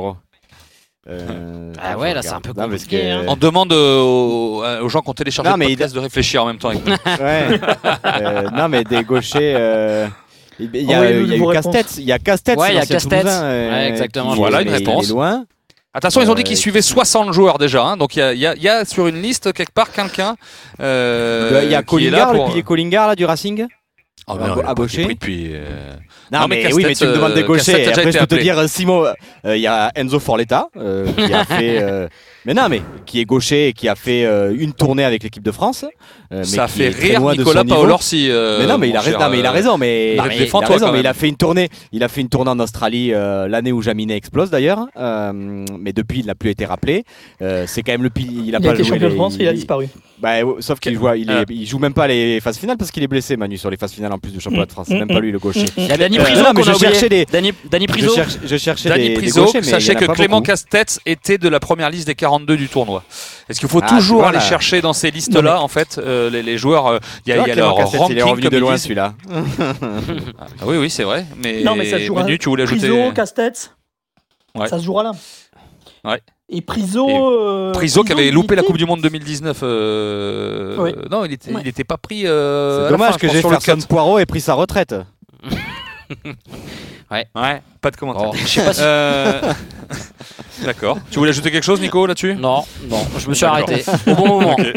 Euh, ah ouais, là c'est un peu compliqué. Que... Hein. On demande aux, aux gens qui ont téléchargé non, le podcast il... de réfléchir en même temps. Avec nous. Ouais. euh, non, mais des gauchers. Euh... Il y a, oh, il y a eu Casse-Tête. Il y a Casse-Tête. Ouais, il y a Casse-Tête. Euh, ouais, exactement. Qui, voilà une réponse. Loin. Attention, ils ont dit qu'ils suivaient soixante joueurs déjà. Hein, donc il y a, y, a, y a sur une liste quelque part quelqu'un. Euh, il y a Collingar, pour... le pilier Collingar là, du Racing. Ah bah non, à gaucher. Depuis, euh... Non, non, mais, mais oui, mais tu me demandes des gauchers. Après, je peux te dire, Simo, il euh, y a Enzo Forletta euh, qui a fait. Euh, mais non, mais qui est gaucher et qui a fait euh, une tournée avec l'équipe de France. Euh, mais ça qui fait rire Nicolas Paolorsi. Euh, mais non, mais il a, cher, non, mais il a raison. Mais, non, mais, il, a raison mais il a fait une tournée. Il a fait une tournée en Australie euh, l'année où Jaminet explose d'ailleurs. Euh, mais depuis, il n'a plus été rappelé. Euh, c'est quand même le pilier. Il a, il pas a été champion les, de France, il, il a disparu. Bah, sauf qu'il joue, il, est, il joue même pas les phases finales parce qu'il est blessé, Manu, sur les phases finales en plus du championnat de France. C'est même pas lui le gaucher. Il y a Dany Priso qu'on a oublié. Des... Dany, Dany Priso. Je, cherche, je cherchais Dany des, Priso, des gauchers, mais sachez que Clément beaucoup. Castex était de la première liste des quarante-deux du tournoi. Est-ce qu'il faut ah, toujours vois, aller là. chercher dans ces listes-là, en fait, euh, les, les joueurs, il euh, y a, y a leur ranking, il est revenu de loin disent. celui-là. Ah, oui, oui, c'est vrai. Mais, non, mais ça se jouera. Manu, tu voulais ajouter. Priso, Castex, ouais. ça se jouera là. Ouais. Et Priso, et euh, Priso qui avait il loupé était... la Coupe du Monde deux mille dix-neuf. Euh... Oui. Non, il n'était ouais. il pas pris. Euh, c'est dommage que Jefferson Poirot ait pris sa retraite. ouais. Ouais. Pas de commentaire. Oh, je sais pas si... euh... D'accord. Tu voulais ajouter quelque chose, Nico, là-dessus ? Non, non, je me suis arrêté au bon moment. Okay.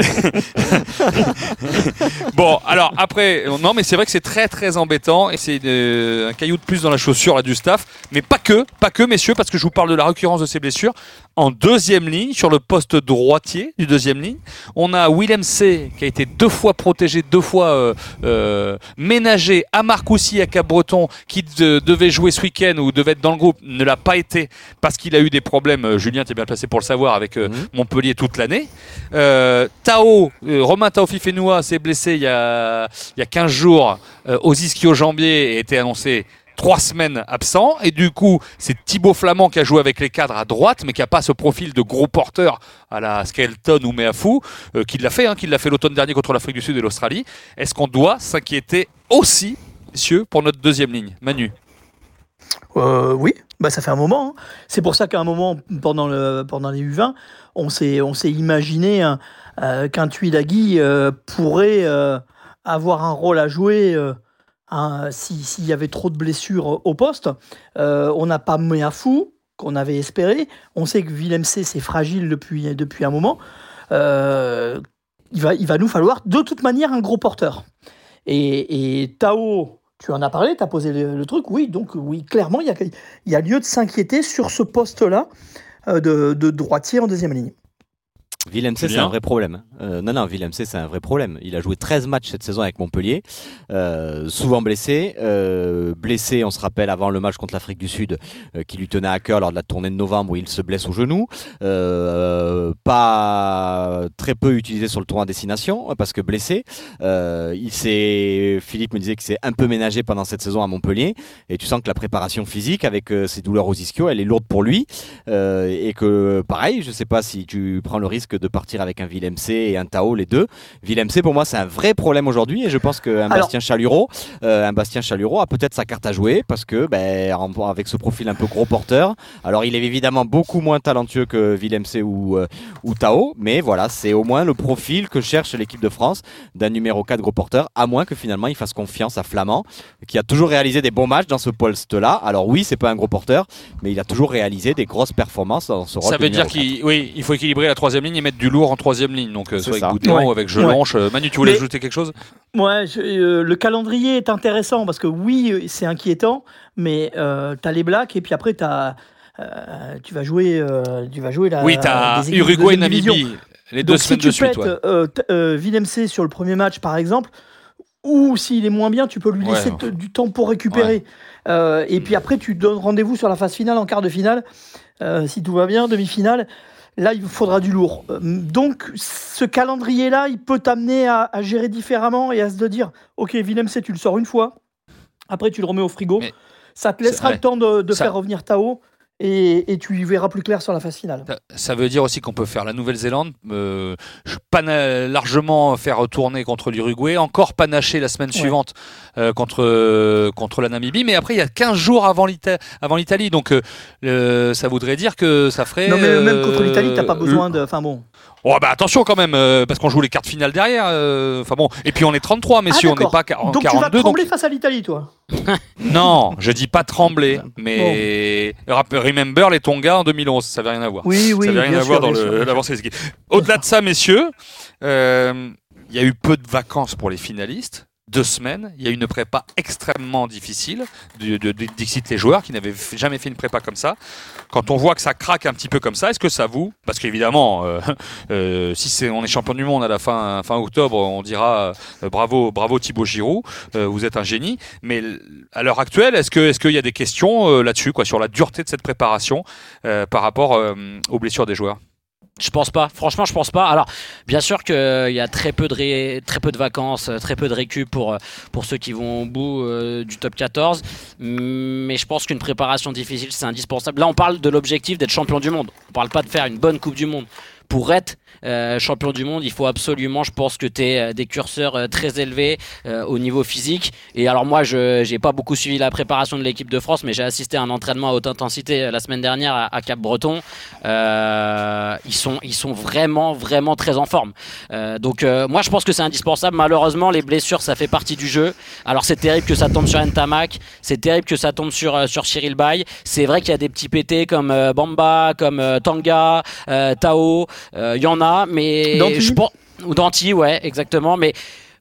Bon, alors après, non, mais c'est vrai que c'est très très embêtant et c'est euh, un caillou de plus dans la chaussure là du staff, mais pas que, pas que, messieurs, parce que je vous parle de la récurrence de ces blessures. En deuxième ligne, sur le poste droitier du deuxième ligne, on a Willem C qui a été deux fois protégé, deux fois euh, euh, ménagé à Marcoussis à Cap-Breton, qui de, devait jouer ce week-end ou devait être dans le groupe, ne l'a pas été parce qu'il a eu des problèmes. Euh, Julien, tu es bien placé pour le savoir, avec euh, mmh. Montpellier toute l'année. Euh, Tao, euh, Romain Tao Fifenua s'est blessé il y a, il y a quinze jours euh, aux ischio-jambiers et a été annoncé trois semaines absent, et du coup c'est Thibaut Flamand qui a joué avec les cadres à droite mais qui n'a pas ce profil de gros porteur à la Skelton ou Meafou euh, qui l'a fait, hein, qui l'a fait l'automne dernier contre l'Afrique du Sud et l'Australie. Est-ce qu'on doit s'inquiéter aussi, messieurs, pour notre deuxième ligne ? Manu ? euh, Oui, bah, ça fait un moment. Hein. C'est pour ça qu'à un moment, pendant, le, pendant les U vingt, on s'est, on s'est imaginé hein, euh, qu'un Tuilagi euh, pourrait euh, avoir un rôle à jouer euh, Hein, si, s'il y avait trop de blessures au poste. Euh, on n'a pas Meafou, qu'on avait espéré. On sait que Willem C, c'est fragile depuis, depuis un moment. Euh, il, va, il va nous falloir de toute manière un gros porteur. Et, et Tao, tu en as parlé, tu as posé le, le truc. Oui, donc oui, clairement, il y a, il y a lieu de s'inquiéter sur ce poste-là euh, de, de droitier en deuxième ligne. Willem C, c'est un vrai problème. Euh, non, non, Willem C, c'est un vrai problème. Il a joué treize matchs cette saison avec Montpellier, euh, souvent blessé. Euh, blessé, on se rappelle, avant le match contre l'Afrique du Sud, euh, qui lui tenait à cœur lors de la tournée de novembre où il se blesse au genou. Euh, pas très peu utilisé sur le tournoi destination, parce que blessé. Euh, il s'est, Philippe me disait qu'il s'est un peu ménagé pendant cette saison à Montpellier. Et tu sens que la préparation physique, avec euh, ses douleurs aux ischios, elle est lourde pour lui. Euh, et que, pareil, je ne sais pas si tu prends le risque de partir avec un Willem C et un Tao, les deux. Willem C, pour moi, c'est un vrai problème aujourd'hui, et je pense qu'un Bastien Chalureau, euh, un Bastien Chalureau a peut-être sa carte à jouer, parce que, ben, en, avec ce profil un peu gros porteur, alors il est évidemment beaucoup moins talentueux que Willem C ou, euh, ou Tao, mais voilà, c'est au moins le profil que cherche l'équipe de France d'un numéro quatre gros porteur, à moins que finalement il fasse confiance à Flamand, qui a toujours réalisé des bons matchs dans ce poste-là. Alors oui, c'est pas un gros porteur, mais il a toujours réalisé des grosses performances dans ce rôle. Ça veut dire qu'il oui, il faut équilibrer la troisième ligne et mettre du lourd en troisième ligne, donc euh, soit avec Boudéan ouais. ou avec Jelonche. Ouais. Manu, tu voulais mais, ajouter quelque chose ? Ouais, je, euh, le calendrier est intéressant parce que oui, c'est inquiétant, mais euh, t'as les Blacks et puis après t'as, euh, tu vas jouer, euh, tu vas jouer la. Oui, t'as Uruguay et Namibie, les deux donc, semaines si de tu suite. pètes, Ouais. euh, euh, Willem C sur le premier match par exemple, ou s'il est moins bien, tu peux lui laisser ouais. t- du temps pour récupérer. Ouais. Euh, et puis après, tu donnes rendez-vous sur la phase finale en quart de finale, euh, si tout va bien, demi-finale. Là, il faudra du lourd. Donc, ce calendrier-là, il peut t'amener à, à gérer différemment et à se dire, OK, Willem C, tu le sors une fois, après tu le remets au frigo. Mais ça te laissera le temps de, de ça... faire revenir Tao et, et tu y verras plus clair sur la phase finale. Ça, ça veut dire aussi qu'on peut faire la Nouvelle-Zélande, euh, pana- largement faire retourner contre l'Uruguay, encore panacher la semaine ouais. suivante euh, contre, euh, contre la Namibie, mais après il y a quinze jours avant, l'Ita- avant l'Italie, donc euh, ça voudrait dire que ça ferait... Non mais euh, même contre l'Italie, t'as pas besoin de... Enfin bon... Oh bah attention quand même, euh, parce qu'on joue les quarts finales derrière. Enfin euh, bon, et puis on est trente-trois, messieurs, ah, on n'est pas en donc quarante-deux. Donc tu vas trembler donc... face à l'Italie, toi. Non, je dis pas trembler, mais bon. Remember les Tonga en deux mille onze, ça n'avait rien à voir. Oui, oui, ça n'avait rien bien à sûr, voir dans bien le, sûr. l'avancée des équipes. Au-delà de ça, messieurs, il euh, y a eu peu de vacances pour les finalistes. deux semaines, il y a une prépa extrêmement difficile de, de, de Dixit les joueurs qui n'avaient jamais fait une prépa comme ça. Quand on voit que ça craque un petit peu comme ça, est-ce que ça vous, parce qu'évidemment, euh, euh, si c'est, on est champion du monde à la fin, fin octobre, on dira euh, bravo, bravo Thibaut Giroud, euh, vous êtes un génie. Mais à l'heure actuelle, est-ce que, est-ce qu'il y a des questions euh, là-dessus, quoi, sur la dureté de cette préparation euh, par rapport euh, aux blessures des joueurs? Je pense pas, franchement je pense pas. Alors bien sûr qu'il euh, y a très peu de ré... très peu de vacances, très peu de récup pour, pour ceux qui vont au bout euh, du top quatorze, mais je pense qu'une préparation difficile c'est indispensable. Là on parle de l'objectif d'être champion du monde, on parle pas de faire une bonne Coupe du Monde. Pour être euh, champion du monde, il faut absolument, je pense que tu aies euh, des curseurs euh, très élevés euh, au niveau physique. Et alors moi, je j'ai pas beaucoup suivi la préparation de l'équipe de France, mais j'ai assisté à un entraînement à haute intensité euh, la semaine dernière à, à Cap-Breton. Euh, ils sont ils sont vraiment vraiment très en forme. Euh, donc euh, moi, je pense que c'est indispensable. Malheureusement, les blessures, ça fait partie du jeu. Alors c'est terrible que ça tombe sur Ntamak, c'est terrible que ça tombe sur euh, sur Cyril Bay. C'est vrai qu'il y a des petits pétés comme euh, Bamba, comme euh, Tanga, euh, Tao. Il euh, y en a, mais Danti. je pense ou Danti, ouais, exactement. Mais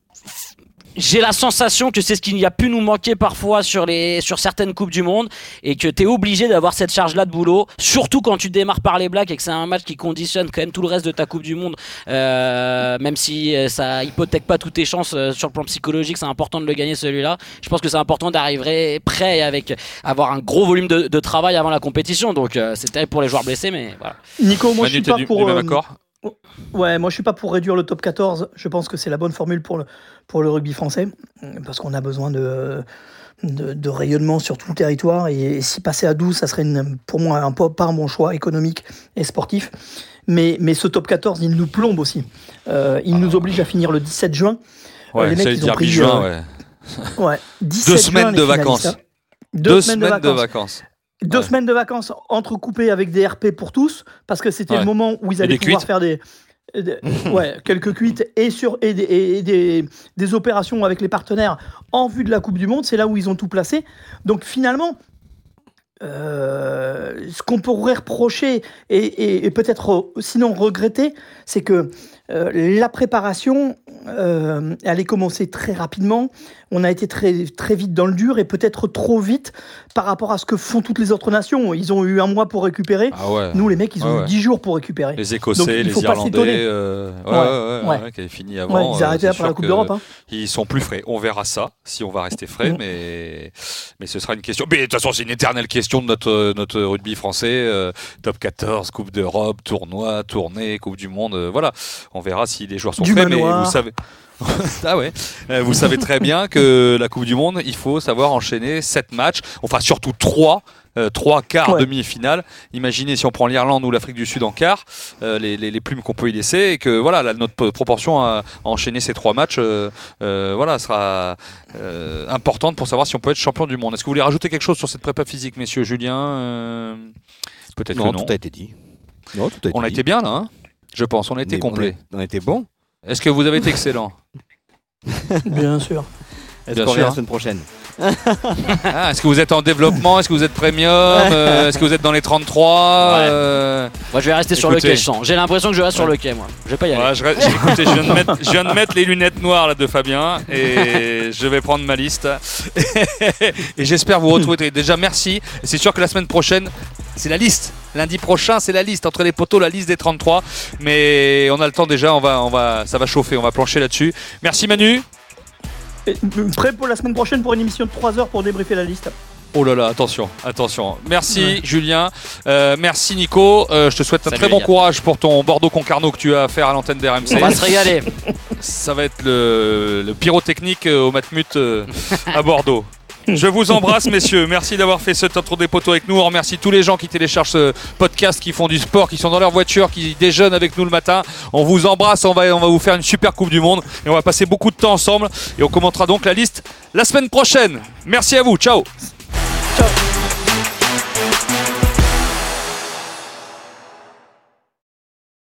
j'ai la sensation que c'est ce qui a pu nous manquer parfois sur les sur certaines coupes du monde et que t'es obligé d'avoir cette charge-là de boulot, surtout quand tu démarres par les Blacks et que c'est un match qui conditionne quand même tout le reste de ta coupe du monde. Euh, même si ça hypothèque pas toutes tes chances euh, sur le plan psychologique, c'est important de le gagner celui-là. Je pense que c'est important d'arriver prêt avec avoir un gros volume de, de travail avant la compétition. Donc euh, c'est terrible pour les joueurs blessés, mais voilà. Nico, moi Manu, je suis t'es pas du, pour. du même euh, accord Ouais, moi je suis pas pour réduire le top quatorze. Je pense que c'est la bonne formule pour le, pour le rugby français, parce qu'on a besoin de, de, de rayonnement sur tout le territoire. Et si passer à douze, ça serait une, pour moi un, pas un bon choix économique et sportif. Mais, mais ce top quatorze, il nous plombe aussi. Euh, il ah. nous oblige à finir le dix-sept juin. Ouais, les mecs, ils ont pris juin, euh, ouais. ouais, Deux semaines de vacances. Deux, Deux semaines, semaines de vacances. De vacances. Deux ouais. semaines de vacances entrecoupées avec des R P pour tous, parce que c'était ouais. le moment où ils allaient pouvoir cuites. faire des, des ouais, quelques cuites et, sur, et, des, et des, des opérations avec les partenaires en vue de la Coupe du Monde. C'est là où ils ont tout placé. Donc finalement, euh, ce qu'on pourrait reprocher et, et, et peut-être sinon regretter, c'est que euh, la préparation, euh, elle est commencée très rapidement. On a été très, très vite dans le dur et peut-être trop vite par rapport à ce que font toutes les autres nations. Ils ont eu un mois pour récupérer. Ah ouais. Nous, les mecs, ils ont ah eu ouais. dix jours pour récupérer. Les Écossais, Donc, les Irlandais, euh, ouais, ouais, ouais, ouais, ouais, qui avaient fini avant. Ouais, ils arrêtaient après la Coupe d'Europe. Hein. Ils sont plus frais. On verra ça, si on va rester frais, mmh. mais, mais ce sera une question. Mais de toute façon, c'est une éternelle question de notre, notre rugby français. Euh, top quatorze, Coupe d'Europe, tournoi, tournée, Coupe du Monde. Euh, voilà. On verra si les joueurs sont du frais, manoir. mais vous savez. ah ouais. Euh, vous savez très bien que la Coupe du Monde, il faut savoir enchaîner sept matchs, enfin surtout trois, euh, trois quarts, ouais. demi-finale. Imaginez si on prend l'Irlande ou l'Afrique du Sud en quart, euh, les, les, les plumes qu'on peut y laisser, et que voilà, la, notre proportion à, à enchaîner ces trois matchs, euh, euh, voilà, sera euh, importante pour savoir si on peut être champion du monde. Est-ce que vous voulez rajouter quelque chose sur cette prépa physique, messieurs? Julien, euh, peut-être non, que non. Tout a été dit. Non, tout a été on a dit. été bien là, hein, je pense. On a été complet. On a, on a été bon. Est-ce que vous avez été excellent? Bien sûr. Est-ce qu'on revient la semaine prochaine? ah, est-ce que vous êtes en développement? Est-ce que vous êtes premium? euh, Est-ce que vous êtes dans les trente-trois? ouais. euh... Moi je vais rester sur Écoutez. le quai, je sens. J'ai l'impression que je reste ouais. sur le quai, moi. Je vais pas y aller. Ouais, je, reste, écoutez, je, viens de mettre, je viens de mettre les lunettes noires là, de Fabien et je vais prendre ma liste. Et j'espère vous retrouver. Déjà, merci. Et c'est sûr que la semaine prochaine, c'est la liste. Lundi prochain, c'est la liste. Entre les poteaux, la liste des trente-trois. Mais on a le temps déjà, on va, on va, ça va chauffer, on va plancher là-dessus. Merci Manu. Et prêt pour la semaine prochaine pour une émission de trois heures pour débriefer la liste. Oh là là, attention, attention. Merci ouais. Julien, euh, merci Nico. Euh, je te souhaite Salut, un très bon courage pour ton Bordeaux-Concarneau que tu as à faire à l'antenne d'R M C. On va se régaler. Ça va être le, le pyrotechnique au Matmut euh, à Bordeaux. Je vous embrasse messieurs, merci d'avoir fait ce Top des poteaux avec nous. On remercie tous les gens qui téléchargent ce podcast, qui font du sport, qui sont dans leur voiture, qui déjeunent avec nous le matin. On vous embrasse, on va, on va vous faire une super Coupe du Monde et on va passer beaucoup de temps ensemble et on commentera donc la liste la semaine prochaine. Merci à vous, ciao. Ciao.